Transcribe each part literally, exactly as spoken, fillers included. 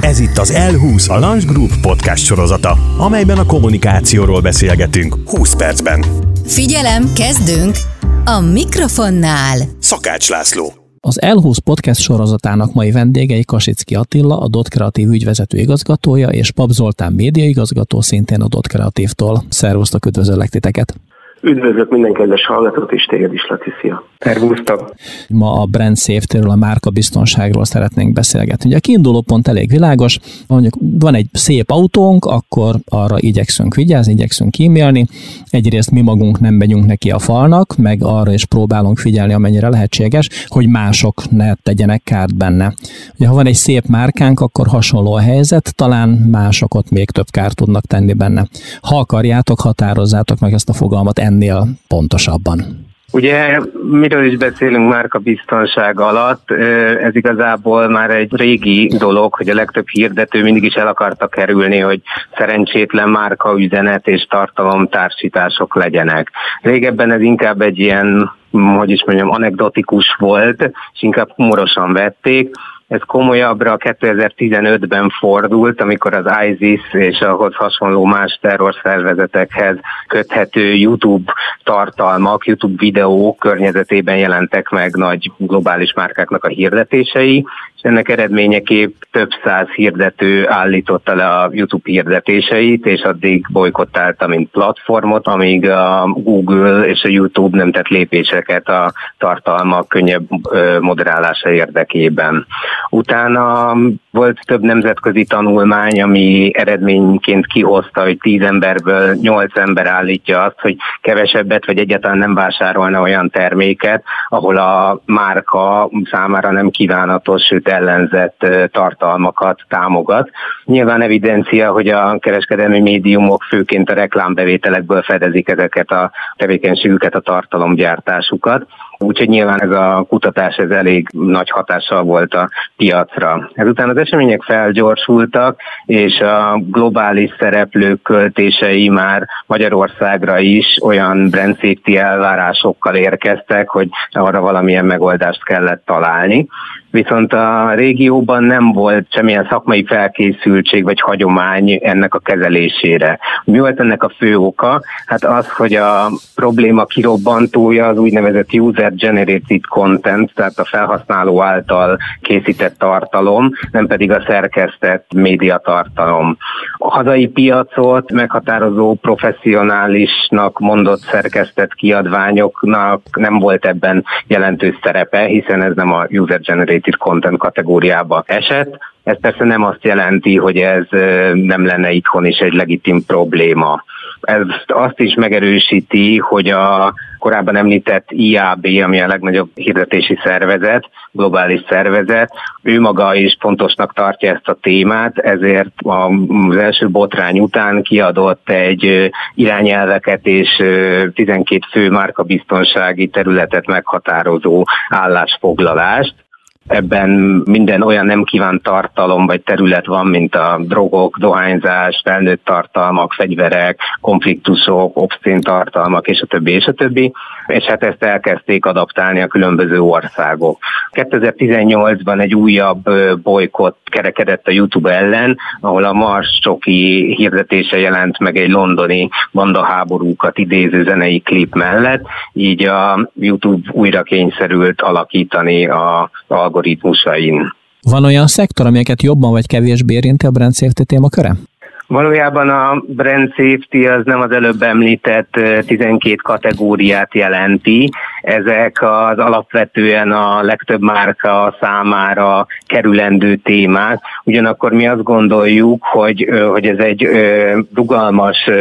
Ez itt az El húsz, a Lunch Group podcast sorozata, amelyben a kommunikációról beszélgetünk húsz percben. Figyelem, kezdünk! A mikrofonnál Szakács László. Az El húsz podcast sorozatának mai vendégei Kasicki Attila, a Dot Kreatív ügyvezető igazgatója, és Pap Zoltán médiaigazgató, szintén a Dot Kreatívtól. Szervusztok, üdvözöllek titeket! Üdvözlök minden kedves hallgatót, és téged is, Laci, szia! Szervusztok! Ma a brand safety-ről, a márkabiztonságról szeretnénk beszélgetni. Ugye a kiinduló pont elég világos, mondjuk van egy szép autónk, akkor arra igyekszünk vigyázni, igyekszünk kímélni. Egyrészt mi magunk nem megyünk neki a falnak, meg arra is próbálunk figyelni, amennyire lehetséges, hogy mások ne tegyenek kárt benne. Ugye, ha van egy szép márkánk, akkor hasonló a helyzet, talán mások ott még több kárt tudnak tenni benne. Ha akarjátok, határozzátok meg ezt a fogalmat ennél pontosabban. Ugye, miről is beszélünk márkabiztonság alatt, ez igazából már egy régi dolog, hogy a legtöbb hirdető mindig is el akarta kerülni, hogy szerencsétlen márkaüzenet és tartalomtársítások legyenek. Régebben ez inkább egy ilyen, hogy is mondjam, anekdotikus volt, és inkább humorosan vették. Ez komolyabbra kétezer-tizenötben fordult, amikor az ISIS és ahhoz hasonló más terrorszervezetekhez köthető YouTube tartalmak, YouTube videók környezetében jelentek meg nagy globális márkáknak a hirdetései, és ennek eredményeképp több száz hirdető állította le a YouTube hirdetéseit, és addig bojkottálta, mint platformot, amíg a Google és a YouTube nem tett lépéseket a tartalmak könnyebb moderálása érdekében. Utána volt több nemzetközi tanulmány, ami eredményként kihozta, hogy tíz emberből nyolc ember állítja azt, hogy kevesebbet vagy egyáltalán nem vásárolna olyan terméket, ahol a márka számára nem kívánatos, sőt ellenzett tartalmakat támogat. Nyilván evidencia, hogy a kereskedelmi médiumok főként a reklámbevételekből fedezik ezeket a tevékenységüket, a tartalomgyártásukat. Úgyhogy nyilván ez a kutatás ez elég nagy hatással volt a piacra. Ezután az események felgyorsultak, és a globális szereplők költései már Magyarországra is olyan brand safety elvárásokkal érkeztek, hogy arra valamilyen megoldást kellett találni. Viszont a régióban nem volt semmilyen szakmai felkészültség vagy hagyomány ennek a kezelésére. Mi volt ennek a fő oka? Hát az, hogy a probléma kirobbantója az úgynevezett user-generated content, tehát a felhasználó által készített tartalom, nem pedig a szerkesztett médiatartalom. A hazai piacot meghatározó professzionálisnak mondott szerkesztett kiadványoknak nem volt ebben jelentős szerepe, hiszen ez nem a user-generated content kategóriába esett. Ez persze nem azt jelenti, hogy ez nem lenne itthon is egy legitim probléma. Ez azt is megerősíti, hogy a korábban említett I A B, ami a legnagyobb hirdetési szervezet, globális szervezet, ő maga is fontosnak tartja ezt a témát, ezért az első botrány után kiadott egy irányelveket és tizenkét fő márkabiztonsági területet meghatározó állásfoglalást. Ebben minden olyan nem kívánt tartalom vagy terület van, mint a drogok, dohányzás, felnőtt tartalmak, fegyverek, konfliktusok, obszcén tartalmak, és a többi, és a többi. És hát ezt elkezdték adaptálni a különböző országok. kétezer-tizennyolcban egy újabb bolykott kerekedett a YouTube ellen, ahol a Mars Csoki hirdetése jelent meg egy londoni bandaháborúkat idéző zenei klip mellett, így a YouTube újra kényszerült alakítani a algoritmusain. Van olyan szektor, amelyeket jobban vagy kevésbé érinti a brand safety témaköre? Valójában a brand safety az nem az előbb említett tizenkét kategóriát jelenti. Ezek az alapvetően a legtöbb márka számára kerülendő témák. Ugyanakkor mi azt gondoljuk, hogy, hogy ez egy rugalmas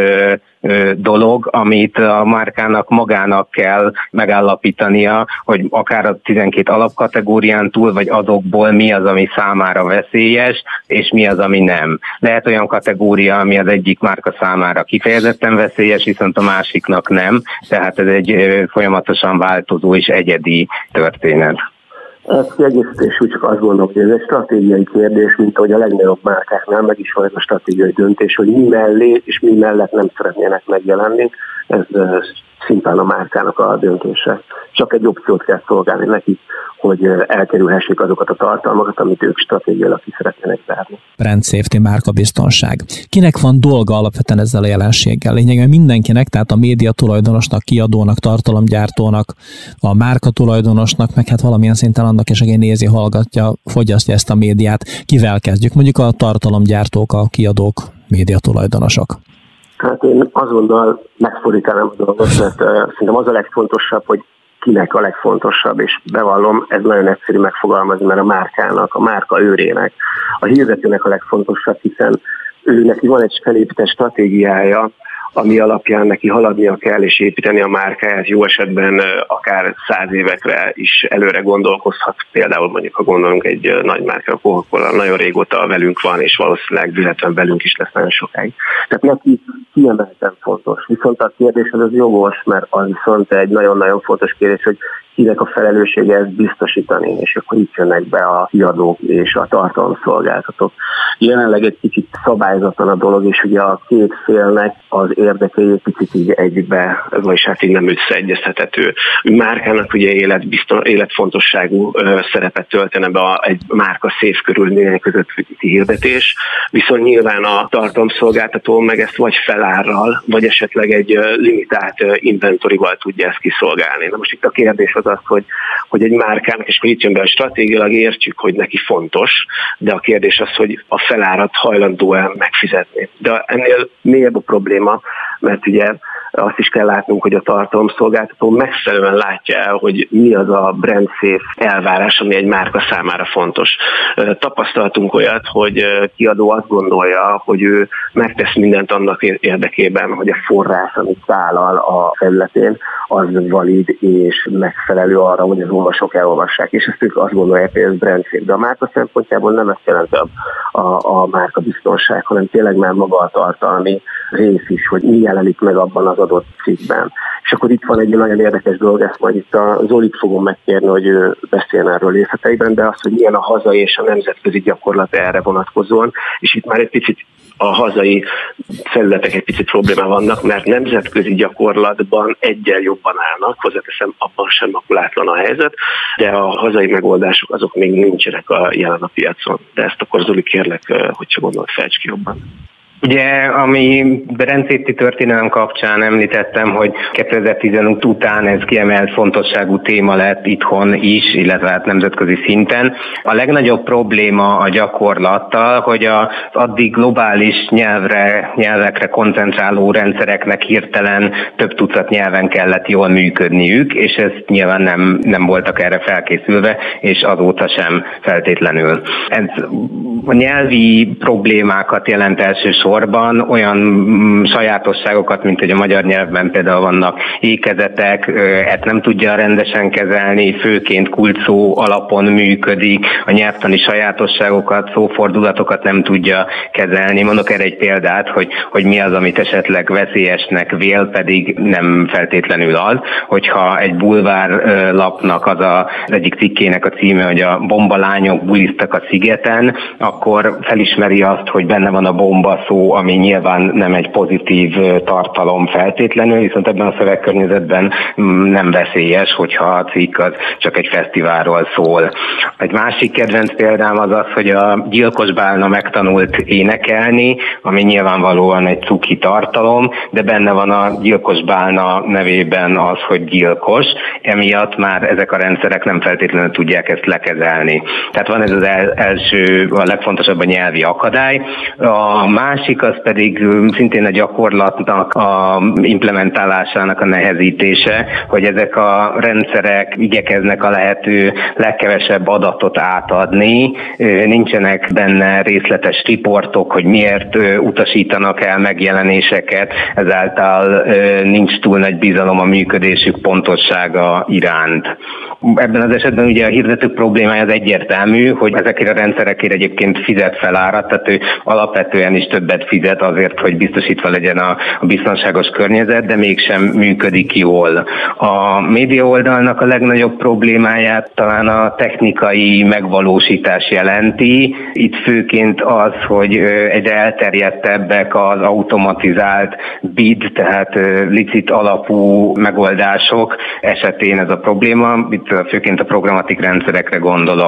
dolog, amit a márkának magának kell megállapítania, hogy akár a tizenkét alapkategórián túl, vagy azokból mi az, ami számára veszélyes, és mi az, ami nem. Lehet olyan kategória, ami az egyik márka számára kifejezetten veszélyes, viszont a másiknak nem, tehát ez egy folyamatosan változó és egyedi történet. Ez kiegészítés, úgy csak azt gondolom, hogy ez egy stratégiai kérdés, mint ahogy a legnagyobb márkáknál meg is van ez a stratégiai döntés, hogy mi mellé és mi mellett nem szeretnének megjelenni. Ez szintén a márkának a döntése. Csak egy opciót kell szolgálni nekik, hogy elkerülhessék azokat a tartalmakat, amit ők stratégiailag ki szeretnének zárni. brand safety, márkabiztonság. Kinek van dolga alapvetően ezzel a jelenséggel? Lényegében mindenkinek, tehát a média tulajdonosnak, kiadónak, tartalomgyártónak, a márka tulajdonosnak, meg hát valamilyen szinten annak is, aki nézi, hallgatja, fogyasztja ezt a médiát. Kivel kezdjük? Mondjuk a tartalomgyártók, a kiadók, média tulajdonosok. Hát én azonnal megfordítanám a dolgot, mert uh, szerintem az a legfontosabb, hogy kinek a legfontosabb, és bevallom, ez nagyon egyszerű megfogalmazni, mert a márkának, a márka őrének, a hirdetőnek a legfontosabb, hiszen ő neki van egy felépített stratégiája, ami alapján neki haladnia kell és építeni a márkáját, jó esetben akár száz évekre is előre gondolkozhat. Például mondjuk, ha gondolunk egy nagy márka, a Coca-Cola nagyon régóta velünk van, és valószínűleg bűnhetően velünk is lesz nagyon sokáig. Tehát neki kiemelten fontos. Viszont a kérdés az, az jogos, mert az viszont egy nagyon-nagyon fontos kérdés, hogy kinek a felelőssége ezt biztosítani, és akkor itt jönnek be a kiadók és a tartalomszolgáltatók. Jelenleg egy kicsit szabályzatlan a dolog, és ugye a két félnek az érdekei egy picit így egybe, vagyis hát így nem összeegyeztethető. Márkának ugye életbizton, életfontosságú ö, szerepet töltene be a, egy márka safe körülmények közötti hirdetés, viszont nyilván a tartalomszolgáltató meg ezt vagy felárral, vagy esetleg egy ö, limitált ö, inventorival tudja ezt kiszolgálni. Na most itt a kérdés az az, hogy, hogy egy márkának, és akkor itt jön be, a stratégiailag értjük, hogy neki fontos, de a kérdés az, hogy a felárat hajlandó-e megfizetni. De ennél mélyebb a probléma, mert ugye azt is kell látnunk, hogy a tartalomszolgáltató megfelelően látja el, hogy mi az a brand safe elvárás, ami egy márka számára fontos. Tapasztaltunk olyat, hogy kiadó azt gondolja, hogy ő megtesz mindent annak érdekében, hogy a forrás, amit vállal a felületén, az valid és megfelelő arra, hogy az olvasók elolvassák. És ezt ők azt gondolják, hogy ez brand safe. De a márka szempontjából nem ezt jelent a, a, a márka biztonság, hanem tényleg már maga a tartalmi rész is, hogy mi jelenik meg abban az adott cikkben. És akkor itt van egy nagyon érdekes dolog, ezt majd itt a Zolit fogom megkérni, hogy ő beszéljen erről részleteiben, de az, hogy milyen a hazai és a nemzetközi gyakorlat erre vonatkozóan, és itt már egy picit a hazai felületek egy picit problémá vannak, mert nemzetközi gyakorlatban egyel jobban állnak, hozzáteszem, abban sem makulátlan a helyzet, de a hazai megoldások azok még nincsenek a jelen a piacon. De ezt akkor Zoli, kérlek, hogyha gondolod, fejtsd ki jobban. Ugye, ami brand safety történelem kapcsán említettem, hogy kétezer-tizenöt után ez kiemelt fontosságú téma lett itthon is, illetve hát nemzetközi szinten. A legnagyobb probléma a gyakorlattal, hogy az addig globális nyelvre, nyelvekre koncentráló rendszereknek hirtelen több tucat nyelven kellett jól működniük, és ezt nyilván nem, nem voltak erre felkészülve, és azóta sem feltétlenül. Ez a nyelvi problémákat jelent elsősorban, sorban olyan mm, sajátosságokat, mint hogy a magyar nyelvben például vannak ékezetek, ezt nem tudja rendesen kezelni, főként kulcsszó alapon működik, a nyelvtani sajátosságokat, szófordulatokat nem tudja kezelni. Mondok erre egy példát, hogy, hogy mi az, amit esetleg veszélyesnek vél, pedig nem feltétlenül az, hogyha egy bulvárlapnak az a, az egyik cikkének a címe, hogy a bombalányok buliztak a szigeten, akkor felismeri azt, hogy benne van a bomba szó, ami nyilván nem egy pozitív tartalom feltétlenül, viszont ebben a szövegkörnyezetben nem veszélyes, hogyha a cikk az csak egy fesztiválról szól. Egy másik kedvenc példám az az, hogy a Gyilkos Bálna megtanult énekelni, ami nyilvánvalóan egy cuki tartalom, de benne van a Gyilkos Bálna nevében az, hogy gyilkos, emiatt már ezek a rendszerek nem feltétlenül tudják ezt lekezelni. Tehát van ez az első, a legfontosabb a nyelvi akadály. A másik az pedig szintén a gyakorlatnak a implementálásának a nehezítése, hogy ezek a rendszerek igyekeznek a lehető legkevesebb adatot átadni, nincsenek benne részletes riportok, hogy miért utasítanak el megjelenéseket, ezáltal nincs túl nagy bizalom a működésük pontossága iránt. Ebben az esetben ugye a hirdetők problémája az egyértelmű, hogy ezekért a rendszerekért egyébként fizet felárat, tehát ő alapvetően is többet fizet azért, hogy biztosítva legyen a, a biztonságos környezet, de mégsem működik jól. A média oldalnak a legnagyobb problémáját talán a technikai megvalósítás jelenti. Itt főként az, hogy egyre elterjedtebbek az automatizált bid, tehát licit alapú megoldások esetén ez a probléma. Itt főként a programatik rendszerekre gondolok.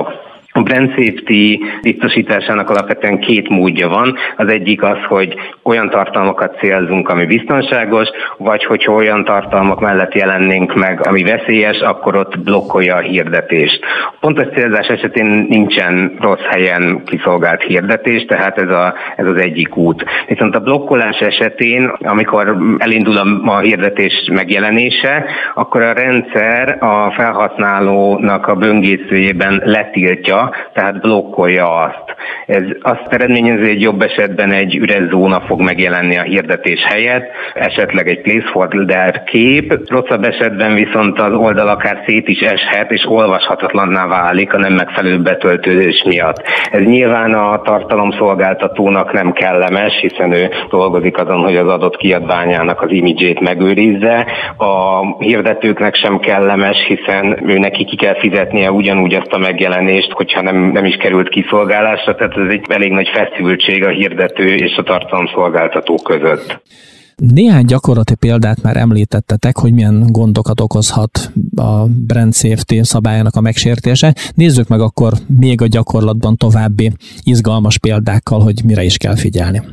A brand safety biztosításának alapvetően két módja van. Az egyik az, hogy olyan tartalmakat célzunk, ami biztonságos, vagy hogyha olyan tartalmak mellett jelennénk meg, ami veszélyes, akkor ott blokkolja a hirdetést. A pontos célzás esetén nincsen rossz helyen kiszolgált hirdetés, tehát ez, a, ez az egyik út. Viszont a blokkolás esetén, amikor elindul a, a hirdetés megjelenése, akkor a rendszer a felhasználónak a böngészőjében letiltja, tehát blokkolja azt. Ez azt eredményezi, hogy jobb esetben egy üres zóna fog megjelenni a hirdetés helyett, esetleg egy placeholder kép, rosszabb esetben viszont az oldal akár szét is eshet, és olvashatatlanná válik a nem megfelelő betöltődés miatt. Ez nyilván a tartalomszolgáltatónak nem kellemes, hiszen ő dolgozik azon, hogy az adott kiadványának az imidzsét megőrizze. A hirdetőknek sem kellemes, hiszen ő neki ki kell fizetnie ugyanúgy azt a megjelenést, hogyha nem, nem is került kiszolgálásra, tehát ez egy elég nagy feszültség a hirdető és a tartalomszolgáltató között. Néhány gyakorlati példát már említettetek, hogy milyen gondokat okozhat a brand safety szabályának a megsértése. Nézzük meg akkor még a gyakorlatban további izgalmas példákkal, hogy mire is kell figyelni.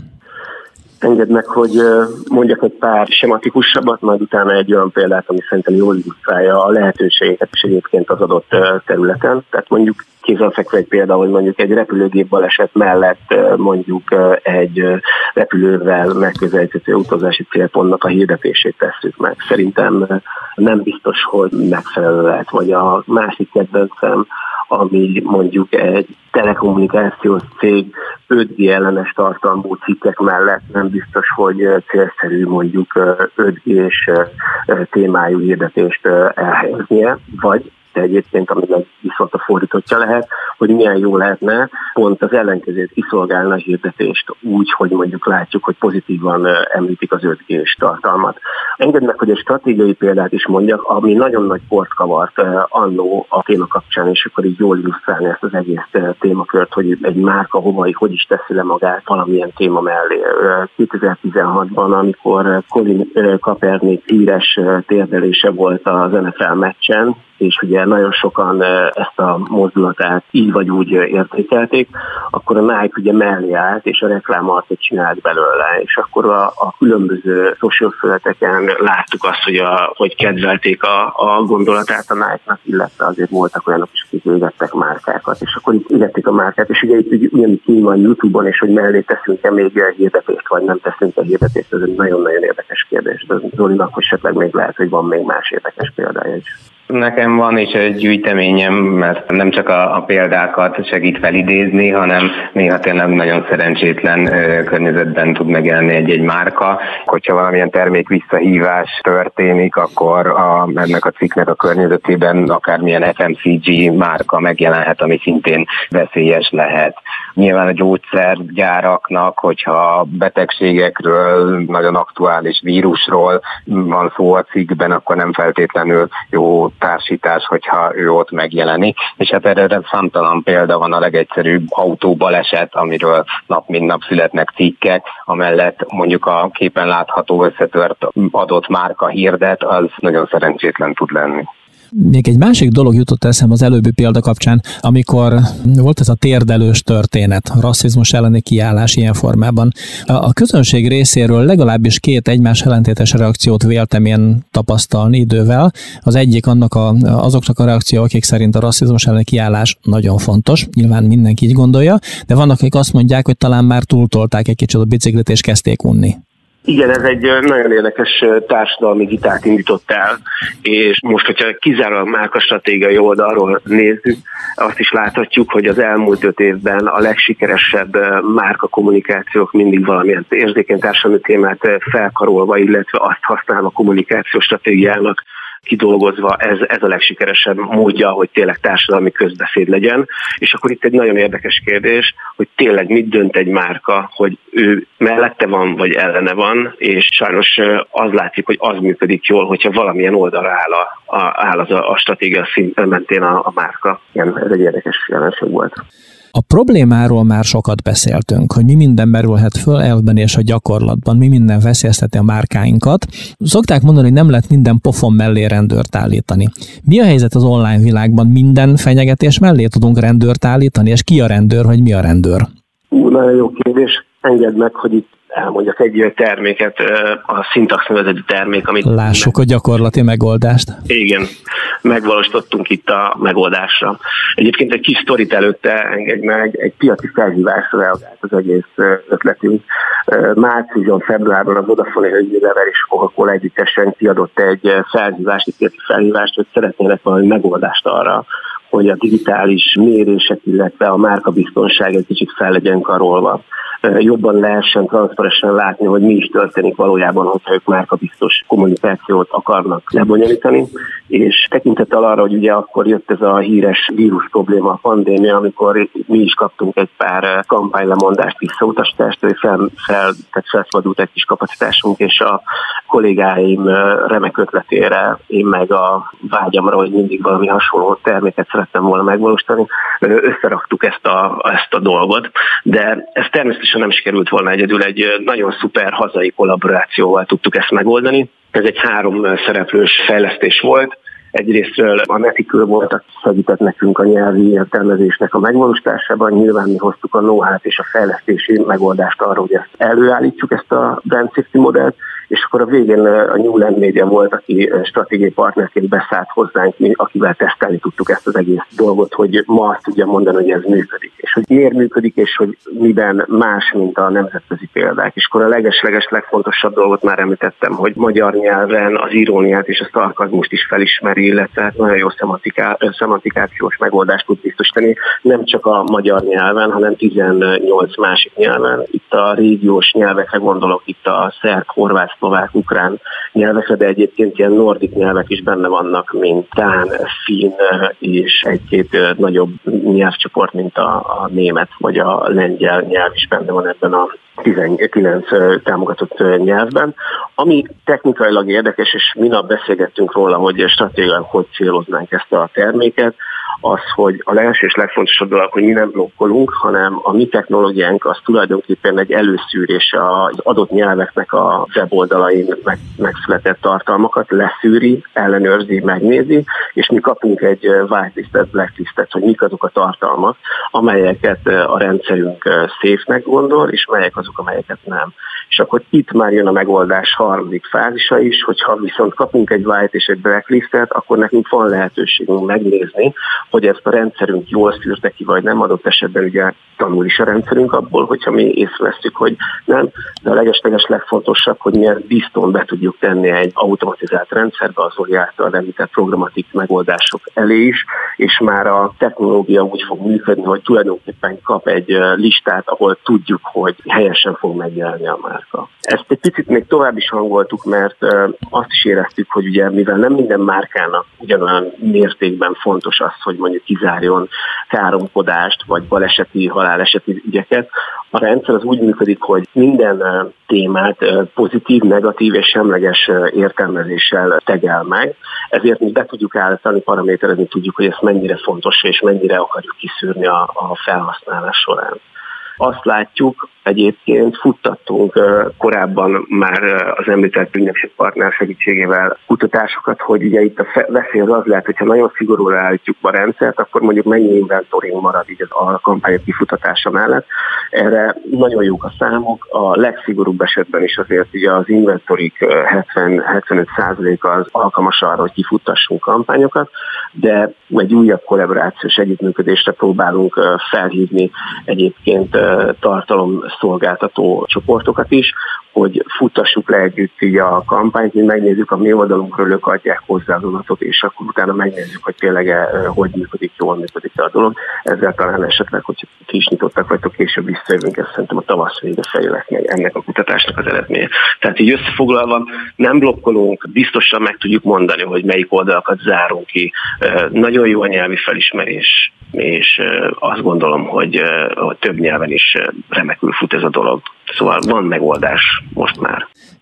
Engedd meg, hogy mondjak egy pár sematikusabbat, majd utána egy olyan példát, ami szerintem jól illusztrálja a lehetőségeket is egyébként az adott területen. Tehát mondjuk kézzelfekvő egy példa, hogy mondjuk egy repülőgép baleset mellett mondjuk egy repülővel megközelíthető utazási célpontnak a hirdetését tesszük meg. Szerintem nem biztos, hogy megfelelő lehet. Vagy a másik kedvencem, ami mondjuk egy telekommunikációs cég öt G ellenes tartalmú cikkek mellett nem biztos, hogy célszerű mondjuk öt G-s témájú hirdetést elhelyeznie, vagy de egyébként, amiben viszont a fordítottja lehet, hogy milyen jó lehetne pont az ellenkezőt kiszolgálna a hirdetést úgy, hogy mondjuk látjuk, hogy pozitívan említik az öt G-s tartalmat. Engedd meg, hogy egy stratégiai példát is mondjak, ami nagyon nagy port kavart annó a téma kapcsán, és akkor így jól illusztrálni ezt az egész témakört, hogy egy márka hova, hogy is teszi le magát valamilyen téma mellé. kétezer-tizenhatban, amikor Colin Kaepernick híres térdelése volt az en ef el meccsen, és ugye nagyon sokan ezt a mozdulatát így vagy úgy értékelték, akkor a Nike ugye mellé állt, és a reklámartot csinált belőle, és akkor a, a különböző social felületeken láttuk azt, hogy, a, hogy kedvelték a, a gondolatát a Nike-nak, illetve azért voltak olyanok is, akik égettek márkákat, és akkor itt égették a márkát, és ugye itt ugyanígy ki van YouTube-on, és hogy mellé teszünk-e még hirdetést, vagy nem teszünk-e hirdetést, ez egy nagyon-nagyon érdekes kérdés, de Zolinak esetleg még lehet, hogy van még más érdekes példája is. Nekem van is egy gyűjteményem, mert nem csak a, a példákat segít felidézni, hanem néha tényleg nagyon szerencsétlen ö, környezetben tud megjelenni egy-egy márka. Hogyha valamilyen termék visszahívás történik, akkor a, ennek a cikknek a környezetében akármilyen ef em cé gé márka megjelenhet, ami szintén veszélyes lehet. Nyilván a gyógyszergyáraknak, hogyha betegségekről, nagyon aktuális vírusról van szó a cikkben, akkor nem feltétlenül jó társítás, hogyha ő ott megjelenik. És hát erre számtalan példa van, a legegyszerűbb autóbaleset, amiről nap mint nap születnek cikkek, amellett mondjuk a képen látható összetört adott márka hirdet, az nagyon szerencsétlen tud lenni. Még egy másik dolog jutott eszem az előbbi példa kapcsán, amikor volt ez a térdelős történet, a rasszizmus elleni kiállás ilyen formában. A közönség részéről legalábbis két egymás ellentétes reakciót véltem én tapasztalni idővel. Az egyik annak a, azoknak a reakció, akik szerint a rasszizmus elleni kiállás nagyon fontos, nyilván mindenki így gondolja, de vannak, akik azt mondják, hogy talán már túltolták egy kicsit a biciklit és kezdték unni. Igen, ez egy nagyon érdekes társadalmi vitát indított el, és most, hogyha kizárólag márkastratégiai oldalról nézzük, azt is láthatjuk, hogy az elmúlt öt évben a legsikeresebb márkakommunikációk mindig valamilyen érzékeny társadalmi témát felkarolva, illetve azt használva kommunikációs stratégiának kidolgozva, ez, ez a legsikeresebb módja, hogy tényleg társadalmi közbeszéd legyen. És akkor itt egy nagyon érdekes kérdés, hogy tényleg mit dönt egy márka, hogy ő mellette van, vagy ellene van, és sajnos az látszik, hogy az működik jól, hogyha valamilyen oldalra áll, a, a, áll az a, a stratégia szint mentén a, a márka. Igen, ez egy érdekes jelenség volt. A problémáról már sokat beszéltünk, hogy mi minden merülhet föl elvben és a gyakorlatban, mi minden veszélyezteti a márkáinkat. Szokták mondani, hogy nem lehet minden pofon mellé rendőrt állítani. Mi a helyzet az online világban? Minden fenyegetés mellé tudunk rendőrt állítani, és ki a rendőr, vagy mi a rendőr? Ú, nagyon jó kérdés. Engedd meg, hogy itt elmondjak egy terméket, a Syntax nevezetű termék, amit... Lássuk meg... a gyakorlati megoldást. Igen, megvalósítottunk itt a megoldásra. Egyébként egy kis sztorit előtte, engedj meg, egy piaci felhívásra reagált az egész ötletünk. Márciusban, februárban a Vodafone és Unilever és Coca-Cola együttesen kiadott egy felhívást, egy piaci felhívást, hogy szeretnének valami megoldást arra, hogy a digitális mérések, illetve a márkabiztonság egy kicsit fel legyen karolva. Jobban lehessen transzparensen látni, hogy mi is történik valójában, hogyha ők márkabiztos kommunikációt akarnak lebonyolítani, és tekintettel arra, hogy ugye akkor jött ez a híres vírus probléma, a pandémia, amikor mi is kaptunk egy pár kampánylemondást, visszautasítást, hogy fel, fel, tehát felszabadult egy kis kapacitásunk, és a kollégáim remek ötletére, én meg a vágyamra, hogy mindig valami hasonló terméket szerettem volna megvalósítani, összeraktuk ezt a, ezt a dolgot, de ez természetesen nem sikerült volna egyedül, egy nagyon szuper hazai kollaborációval tudtuk ezt megoldani. Ez egy három szereplős fejlesztés volt. Egyrésztről a Netikül volt, aki segített nekünk a nyelvi értelmezésnek a megvalósításában. Nyilván mi hoztuk a know-how-t és a fejlesztési megoldást arra, hogy ezt előállítsuk, ezt a brand safety modellt, és akkor a végén a Newland Media volt, aki stratégiai partnerként beszállt hozzánk, mi, akivel tesztelni tudtuk ezt az egész dolgot, hogy ma azt tudja mondani, hogy ez működik. És hogy miért működik, és hogy miben más, mint a nemzetközi példák. És akkor a leges-leges legfontosabb dolgot már említettem, hogy magyar nyelven az iróniát és a szarkazmust is felismeri, illetve nagyon jó szemantikációs megoldást tud biztosítani, nem csak a magyar nyelven, hanem tizennyolc másik nyelven. Itt a régiós nyelvekre gondolok, itt a szerb, horvát, szlovák, ukrán nyelvekre, de egyébként ilyen nordik nyelvek is benne vannak, mint dán, finn és egy-két nagyobb nyelvcsoport, mint a, a német vagy a lengyel nyelv is benne van ebben a tizenkilenc támogatott nyelvben. Ami technikailag érdekes, és minap beszélgettünk róla, hogy stratégiailag hogy céloznánk ezt a terméket, az, hogy a legelső és legfontosabb dolog, hogy mi nem blokkolunk, hanem a mi technológiánk az tulajdonképpen egy előszűrése az adott nyelveknek a weboldalain meg, megszületett tartalmakat, leszűri, ellenőrzi, megnézi, és mi kapunk egy whitelistet, blacklistet, hogy mik azok a tartalmak, amelyeket a rendszerünk safe-nek gondol, és melyek azok, amelyeket nem. És akkor itt már jön a megoldás harmadik fázisa is, hogyha viszont kapunk egy white és egy blacklistet, akkor nekünk van lehetőségünk megnézni, hogy ezt a rendszerünk jól szűrte ki, vagy nem, adott esetben ugye tanul is a rendszerünk abból, hogyha mi észrevesztük, hogy nem, de a legesleges legfontosabb, hogy milyen bizton be tudjuk tenni egy automatizált rendszerbe az Zoli által említett programatik megoldások elé is, és már a technológia úgy fog működni, hogy tulajdonképpen kap egy listát, ahol tudjuk, hogy helyesen fog megjelenni a márka. Ezt egy picit még tovább is hangoltuk, mert azt is éreztük, hogy ugye mivel nem minden márkának ugyanolyan mértékben fontos az, hogy mondjuk kizárjon káromkodást, vagy baleseti, haláleseti ügyeket. A rendszer az úgy működik, hogy minden témát pozitív, negatív és semleges értelmezéssel tegel meg, ezért mi be tudjuk állítani, paraméterezni tudjuk, hogy ez mennyire fontos, és mennyire akarjuk kiszűrni a, a felhasználás során. Azt látjuk, egyébként futtattunk korábban már az említett ügynökségpartner segítségével kutatásokat, hogy ugye itt a veszély az az lehet, hogyha nagyon szigorúra állítjuk a rendszert, akkor mondjuk mennyi inventoring marad így a kampányok kifutatása mellett. Erre nagyon jók a számok, a legszigorúbb esetben is azért ugye az inventorik hetven-hetvenöt százalék az alkalmas arra, hogy kifuttassunk kampányokat, de egy újabb kollaborációs együttműködésre próbálunk felhívni egyébként tartalom szolgáltató csoportokat is, hogy futtassuk le együtt így a kampányt, mi megnézzük a mi oldalunkról, ők adják hozzá az adatot, és akkor utána megnézzük, hogy tényleg hogy működik, jól működik a dolog. Ezzel talán esetleg, hogy ki is nyitottak vagytok, később visszajövünk, ezt szerintem a tavasz vége felé lesz meg ennek a kutatásnak az eredménye. Tehát így összefoglalva nem blokkolunk, biztosan meg tudjuk mondani, hogy melyik oldalakat zárunk ki. Nagyon jó a nyelvi felismerés, és azt gondolom, hogy, hogy több nyelven is remekül fut ez a dolog. Szóval van megoldás most már.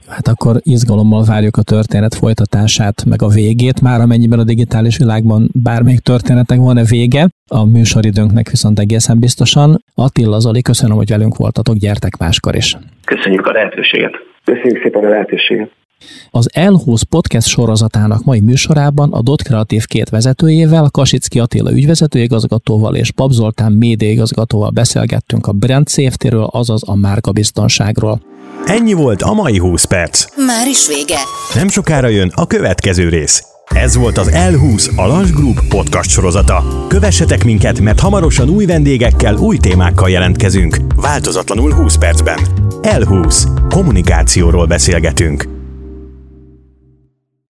Hát akkor izgalommal várjuk a történet folytatását, meg a végét, már amennyiben a digitális világban bármelyik történetek van-e vége, a műsoridőnknek viszont egészen biztosan. Attila, Zoli, köszönöm, hogy velünk voltatok, gyertek máskor is. Köszönjük a lehetőséget. Köszönjük szépen a lehetőséget. Az elhúsz podcast sorozatának mai műsorában a Dot Kreatív két vezetőjével, Kasicki Attila ügyvezetőigazgatóval és Pap Zoltán médiaigazgatóval beszélgettünk a brand safety-ről, azaz a márkabiztonságról. Ennyi volt a mai húsz perc. Már is vége. Nem sokára jön a következő rész. Ez volt az elhúsz a Lunch Group podcast sorozata. Kövessetek minket, mert hamarosan új vendégekkel, új témákkal jelentkezünk. Változatlanul húsz percben. elhúsz. Kommunikációról beszélgetünk.